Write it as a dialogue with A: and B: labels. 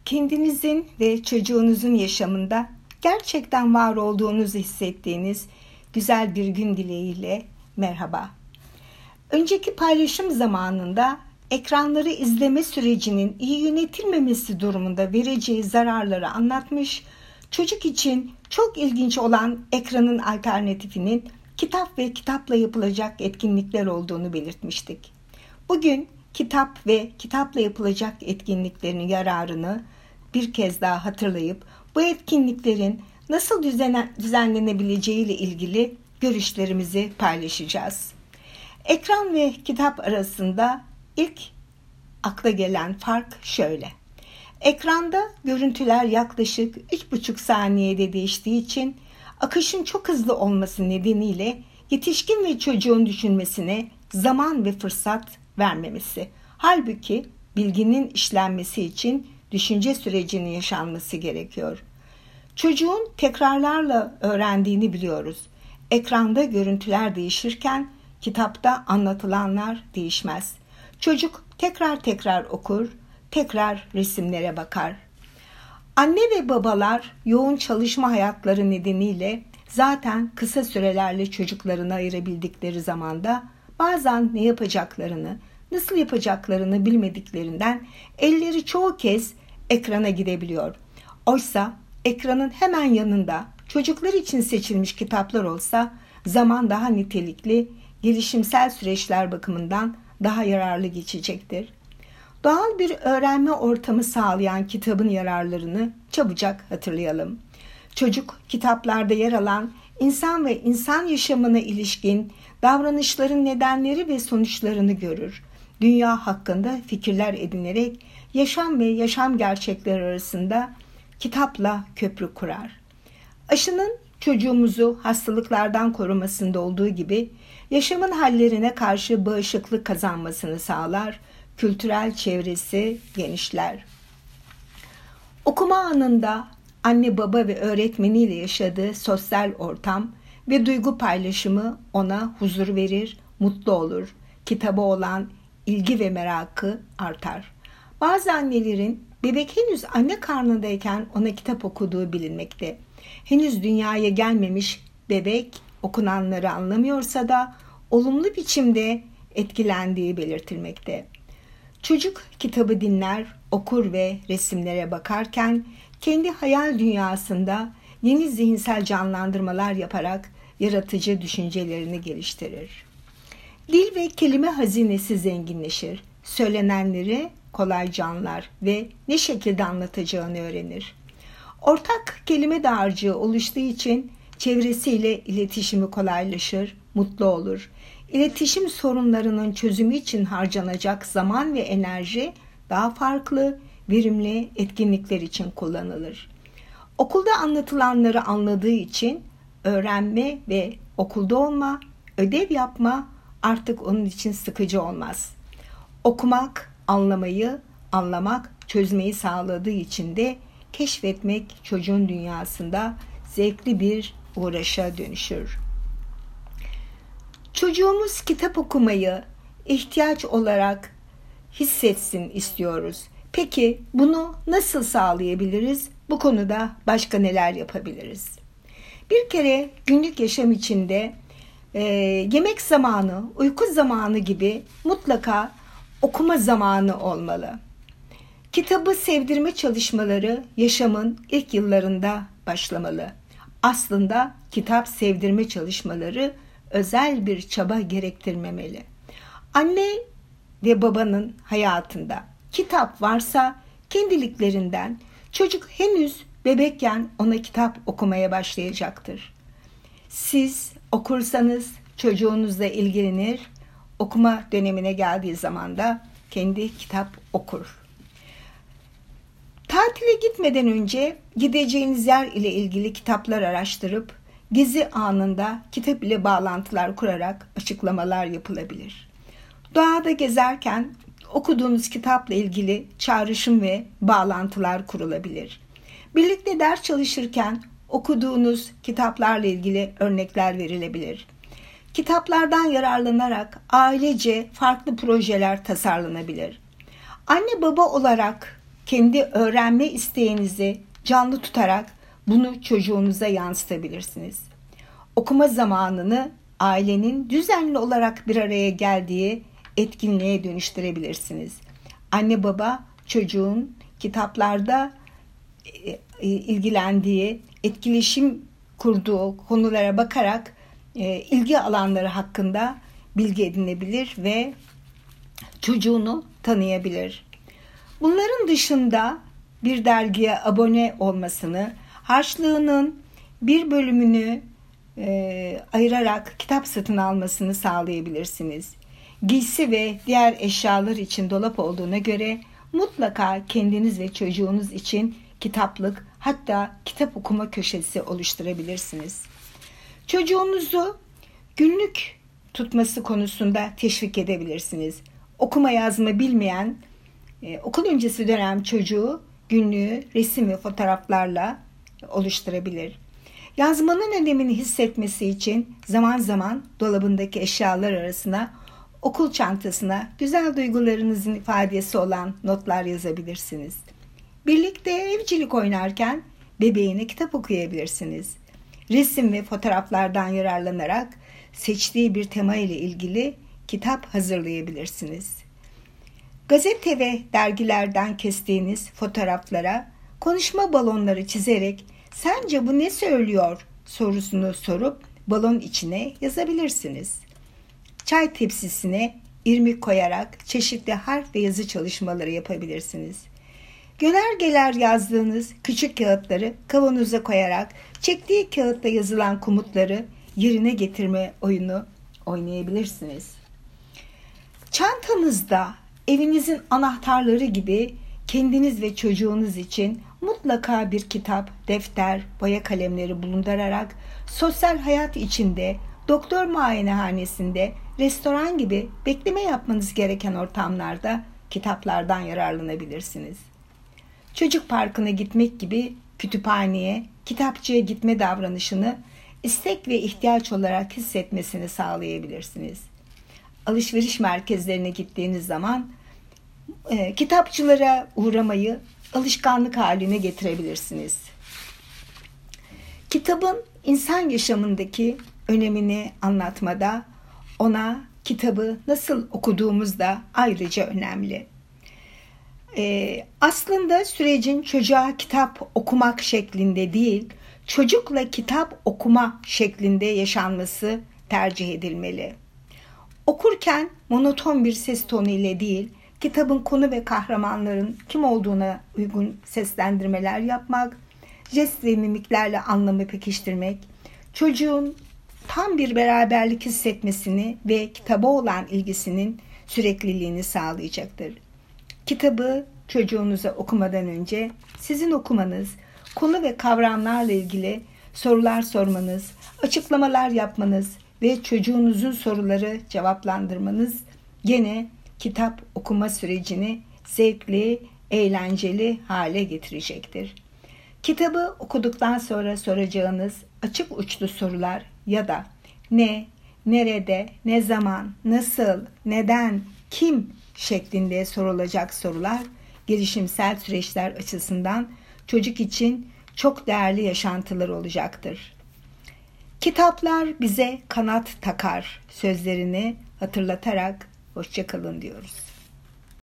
A: Kendinizin ve çocuğunuzun yaşamında gerçekten var olduğunuzu hissettiğiniz güzel bir gün dileğiyle merhaba. Önceki paylaşım zamanında ekranları izleme sürecinin iyi yönetilmemesi durumunda vereceği zararları anlatmış, çocuk için çok ilginç olan ekranın alternatifinin kitap ve kitapla yapılacak etkinlikler olduğunu belirtmiştik. Bugün kitap ve kitapla yapılacak etkinliklerin yararını bir kez daha hatırlayıp bu etkinliklerin nasıl düzenlenebileceği ile ilgili görüşlerimizi paylaşacağız. Ekran ve kitap arasında ilk akla gelen fark şöyle. Ekranda görüntüler yaklaşık 3,5 saniyede değiştiği için akışın çok hızlı olması nedeniyle yetişkin ve çocuğun düşünmesine zaman ve fırsat vermemesi. Halbuki bilginin işlenmesi için düşünce sürecinin yaşanması gerekiyor. Çocuğun tekrarlarla öğrendiğini biliyoruz. Ekranda görüntüler değişirken kitapta anlatılanlar değişmez. Çocuk tekrar okur, tekrar resimlere bakar. Anne ve babalar yoğun çalışma hayatları nedeniyle zaten kısa sürelerle çocuklarını ayırabildikleri zamanda bazen ne yapacaklarını, nasıl yapacaklarını bilmediklerinden elleri çoğu kez ekrana gidebiliyor. Oysa ekranın hemen yanında çocuklar için seçilmiş kitaplar olsa zaman daha nitelikli, gelişimsel süreçler bakımından daha yararlı geçecektir. Doğal bir öğrenme ortamı sağlayan kitabın yararlarını çabucak hatırlayalım. Çocuk kitaplarda yer alan insan ve insan yaşamına ilişkin davranışların nedenleri ve sonuçlarını görür. Dünya hakkında fikirler edinerek yaşam ve yaşam gerçekleri arasında kitapla köprü kurar. Aşının çocuğumuzu hastalıklardan korumasında olduğu gibi yaşamın hallerine karşı bağışıklık kazanmasını sağlar, kültürel çevresi genişler. Okuma anında anne baba ve öğretmeniyle yaşadığı sosyal ortam ve duygu paylaşımı ona huzur verir, mutlu olur. Kitaba olan ilgi ve merakı artar. Bazı annelerin bebek henüz anne karnındayken ona kitap okuduğu bilinmekte. Henüz dünyaya gelmemiş bebek okunanları anlamıyorsa da olumlu biçimde etkilendiği belirtilmekte. Çocuk kitabı dinler, okur ve resimlere bakarken kendi hayal dünyasında yeni zihinsel canlandırmalar yaparak yaratıcı düşüncelerini geliştirir. Dil ve kelime hazinesi zenginleşir. Söylenenleri kolayca anlar ve ne şekilde anlatacağını öğrenir. Ortak kelime dağarcığı oluştuğu için çevresiyle iletişimi kolaylaşır, mutlu olur. İletişim sorunlarının çözümü için harcanacak zaman ve enerji daha farklı, verimli etkinlikler için kullanılır. Okulda anlatılanları anladığı için öğrenme ve okulda olma, ödev yapma artık onun için sıkıcı olmaz. Okumak, anlamayı, anlamak, çözmeyi sağladığı için de keşfetmek çocuğun dünyasında zevkli bir uğraşa dönüşür. Çocuğumuz kitap okumayı ihtiyaç olarak hissetsin istiyoruz. Peki bunu nasıl sağlayabiliriz? Bu konuda başka neler yapabiliriz? Bir kere günlük yaşam içinde yemek zamanı, uyku zamanı gibi mutlaka okuma zamanı olmalı. Kitabı sevdirme çalışmaları yaşamın ilk yıllarında başlamalı. Aslında kitap sevdirme çalışmaları özel bir çaba gerektirmemeli. Anne ve babanın hayatında kitap varsa kendiliklerinden çocuk henüz bebekken ona kitap okumaya başlayacaktır. Siz okursanız çocuğunuzla ilgilenir, okuma dönemine geldiği zaman da kendi kitap okur. Tatile gitmeden önce gideceğiniz yer ile ilgili kitaplar araştırıp gezi anında kitap ile bağlantılar kurarak açıklamalar yapılabilir. Doğada gezerken okuduğunuz kitapla ilgili çağrışım ve bağlantılar kurulabilir. Birlikte ders çalışırken okuduğunuz kitaplarla ilgili örnekler verilebilir. Kitaplardan yararlanarak ailece farklı projeler tasarlanabilir. Anne baba olarak kendi öğrenme isteğinizi canlı tutarak bunu çocuğunuza yansıtabilirsiniz. Okuma zamanını ailenin düzenli olarak bir araya geldiği etkinliğe dönüştürebilirsiniz. Anne baba çocuğun kitaplarda ilgilendiği, etkileşim kurduğu konulara bakarak ilgi alanları hakkında bilgi edinebilir ve çocuğunu tanıyabilir. Bunların dışında bir dergiye abone olmasını, harçlığının bir bölümünü ayırarak kitap satın almasını sağlayabilirsiniz. Giysi ve diğer eşyalar için dolap olduğuna göre mutlaka kendiniz ve çocuğunuz için kitaplık, hatta kitap okuma köşesi oluşturabilirsiniz. Çocuğunuzu günlük tutması konusunda teşvik edebilirsiniz. Okuma yazma bilmeyen okul öncesi dönem çocuğu günlüğü resim ve fotoğraflarla oluşturabilir. Yazmanın önemini hissetmesi için zaman zaman dolabındaki eşyalar arasına, okul çantasına güzel duygularınızın ifadesi olan notlar yazabilirsiniz. Birlikte evcilik oynarken bebeğine kitap okuyabilirsiniz. Resim ve fotoğraflardan yararlanarak seçtiği bir tema ile ilgili kitap hazırlayabilirsiniz. Gazete ve dergilerden kestiğiniz fotoğraflara konuşma balonları çizerek "Sence bu ne söylüyor?" sorusunu sorup balon içine yazabilirsiniz. Çay tepsisine irmik koyarak çeşitli harf ve yazı çalışmaları yapabilirsiniz. Gönergeler yazdığınız küçük kağıtları kavanoza koyarak çektiği kağıtta yazılan komutları yerine getirme oyunu oynayabilirsiniz. Çantanızda evinizin anahtarları gibi kendiniz ve çocuğunuz için mutlaka bir kitap, defter, boya kalemleri bulundurarak sosyal hayat içinde, doktor muayenehanesinde, restoran gibi bekleme yapmanız gereken ortamlarda kitaplardan yararlanabilirsiniz. Çocuk parkına gitmek gibi kütüphaneye, kitapçıya gitme davranışını istek ve ihtiyaç olarak hissetmesini sağlayabilirsiniz. Alışveriş merkezlerine gittiğiniz zaman kitapçılara uğramayı alışkanlık haline getirebilirsiniz. Kitabın insan yaşamındaki önemini anlatmada ona kitabı nasıl okuduğumuz da ayrıca önemli. Aslında sürecin çocuğa kitap okumak şeklinde değil, çocukla kitap okuma şeklinde yaşanması tercih edilmeli. Okurken monoton bir ses tonu ile değil, kitabın konu ve kahramanların kim olduğuna uygun seslendirmeler yapmak, jest ve mimiklerle anlamı pekiştirmek, çocuğun tam bir beraberlik hissetmesini ve kitaba olan ilgisinin sürekliliğini sağlayacaktır. Kitabı çocuğunuza okumadan önce sizin okumanız, konu ve kavramlarla ilgili sorular sormanız, açıklamalar yapmanız ve çocuğunuzun soruları cevaplandırmanız gene kitap okuma sürecini zevkli, eğlenceli hale getirecektir. Kitabı okuduktan sonra soracağınız açık uçlu sorular ya da ne, nerede, ne zaman, nasıl, neden, kim şeklinde sorulacak sorular gelişimsel süreçler açısından çocuk için çok değerli yaşantılar olacaktır. Kitaplar bize kanat takar sözlerini hatırlatarak hoşça kalın diyoruz.